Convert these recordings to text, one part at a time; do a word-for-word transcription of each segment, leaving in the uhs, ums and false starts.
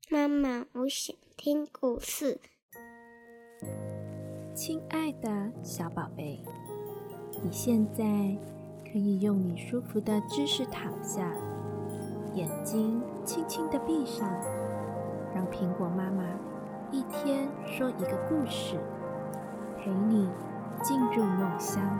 妈妈，我想听故事。 亲爱的小宝贝，你现在可以用你舒服的姿势躺下，眼睛轻轻地闭上，让苹果妈妈一天说一个故事，陪你进入梦乡。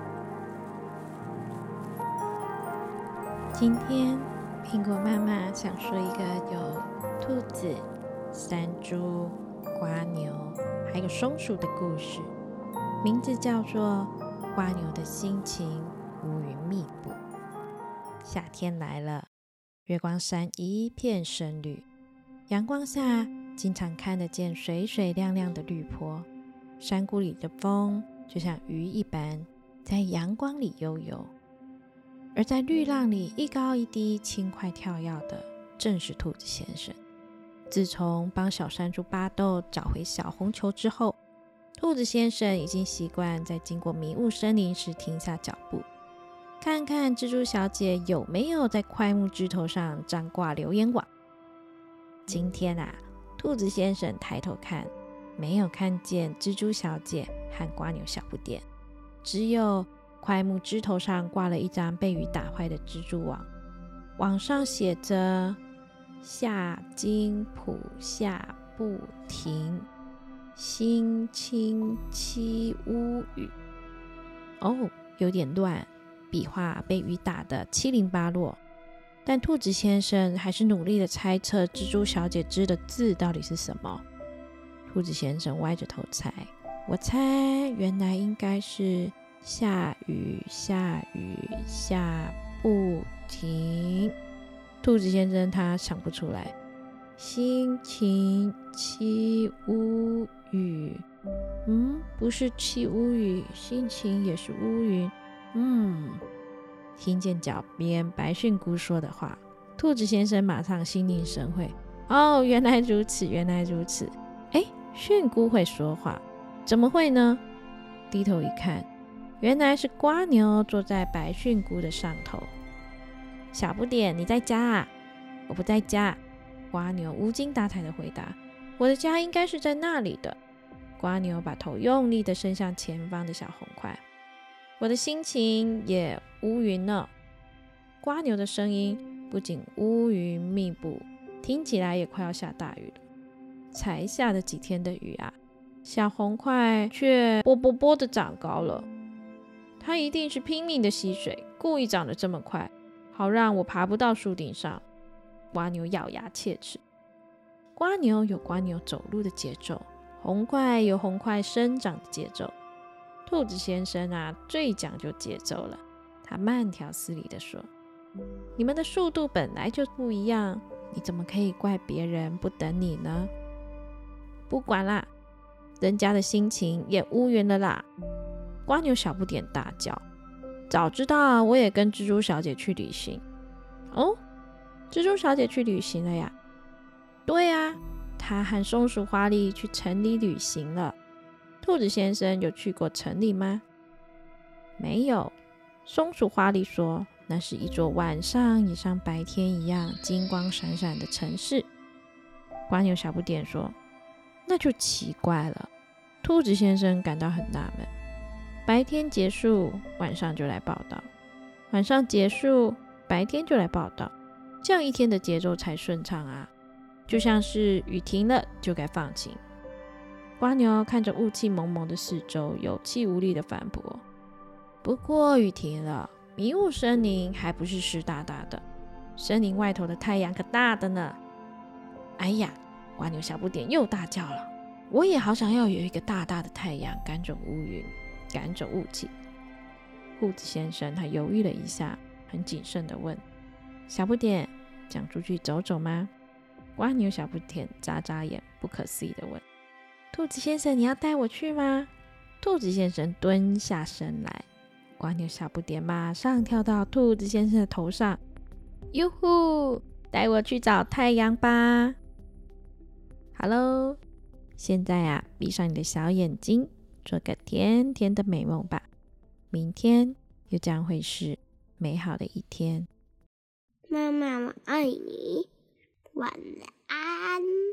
今天苹果妈妈想说一个有兔子、山猪、蝸牛还有松鼠的故事，名字叫做蝸牛的心情乌云密布。夏天来了，月光山一片深绿，阳光下经常看得见水水亮亮的绿坡，山谷里的风就像鱼一般在阳光里悠游，而在绿浪里一高一低轻快跳跃的正是兔子先生。自从帮小山猪巴豆找回小红球之后，兔子先生已经习惯在经过迷雾森林时停下脚步，看看蜘蛛小姐有没有在快木枝头上张挂留言网。今天啊，兔子先生抬头看，没有看见蜘蛛小姐和蝸牛小不点，只有快木枝头上挂了一张被雨打坏的蜘蛛网，网上写着夏金浦下不停，星清七乌雨。哦，有点乱，笔画被雨打得七零八落，但兔子先生还是努力地猜测蜘蛛小姐织的字到底是什么。兔子先生歪着头猜，我猜原来应该是下雨下雨下不停。兔子先生他想不出来，星晴七乌雨，嗯，不是七乌雨，心情也是乌云。嗯，听见脚边白驯姑说的话，兔子先生马上心领神会。哦，原来如此，原来如此。哎，驯姑会说话，怎么会呢？低头一看，原来是蝸牛坐在白驯姑的上头。小不点，你在家啊？我不在家。蝸牛无精打采地回答，我的家应该是在那里的。蝸牛把头用力地伸向前方的小红块，我的心情也乌云呢。蝸牛的声音不仅乌云密布，听起来也快要下大雨了。才下了几天的雨啊，小红块却啵啵啵地长高了。它一定是拼命地吸水，故意长得这么快，好让我爬不到树顶上。蝸牛咬牙切齿。蝸牛有蝸牛走路的节奏，红块有红块生长的节奏。兔子先生啊，最讲究节奏了。他慢条斯理地说，你们的速度本来就不一样，你怎么可以怪别人不等你呢？不管啦，人家的心情也乌云了啦。蝸牛小不点大叫，早知道我也跟蜘蛛小姐去旅行。哦，蜘蛛小姐去旅行了呀？对啊，她和松鼠花狸去城里旅行了。兔子先生有去过城里吗？没有。松鼠花狸说，那是一座晚上也像白天一样金光闪闪的城市。蝸牛小不点说，那就奇怪了。兔子先生感到很纳闷，白天结束，晚上就来报道，晚上结束，白天就来报道，这样一天的节奏才顺畅啊，就像是雨停了就该放晴。蝸牛看着雾气蒙蒙的四周，有气无力的反驳，不过雨停了，迷雾森林还不是湿哒哒的，森林外头的太阳可大的呢。哎呀，蝸牛小不点又大叫了，我也好想要有一个大大的太阳，赶走乌云，赶走雾气。兔子先生他犹豫了一下，很谨慎地问，小不点，想出去走走吗？蝸牛小不点眨眨眼，不可思议地问，兔子先生，你要带我去吗？兔子先生蹲下身来，蝸牛小不点马上跳到兔子先生的头上，哟呼，带我去找太阳吧。好咯，现在啊，闭上你的小眼睛，做个甜甜的美梦吧。明天又将会是美好的一天。 妈妈，我爱你，晚安。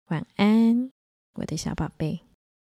晚安，我的小宝贝。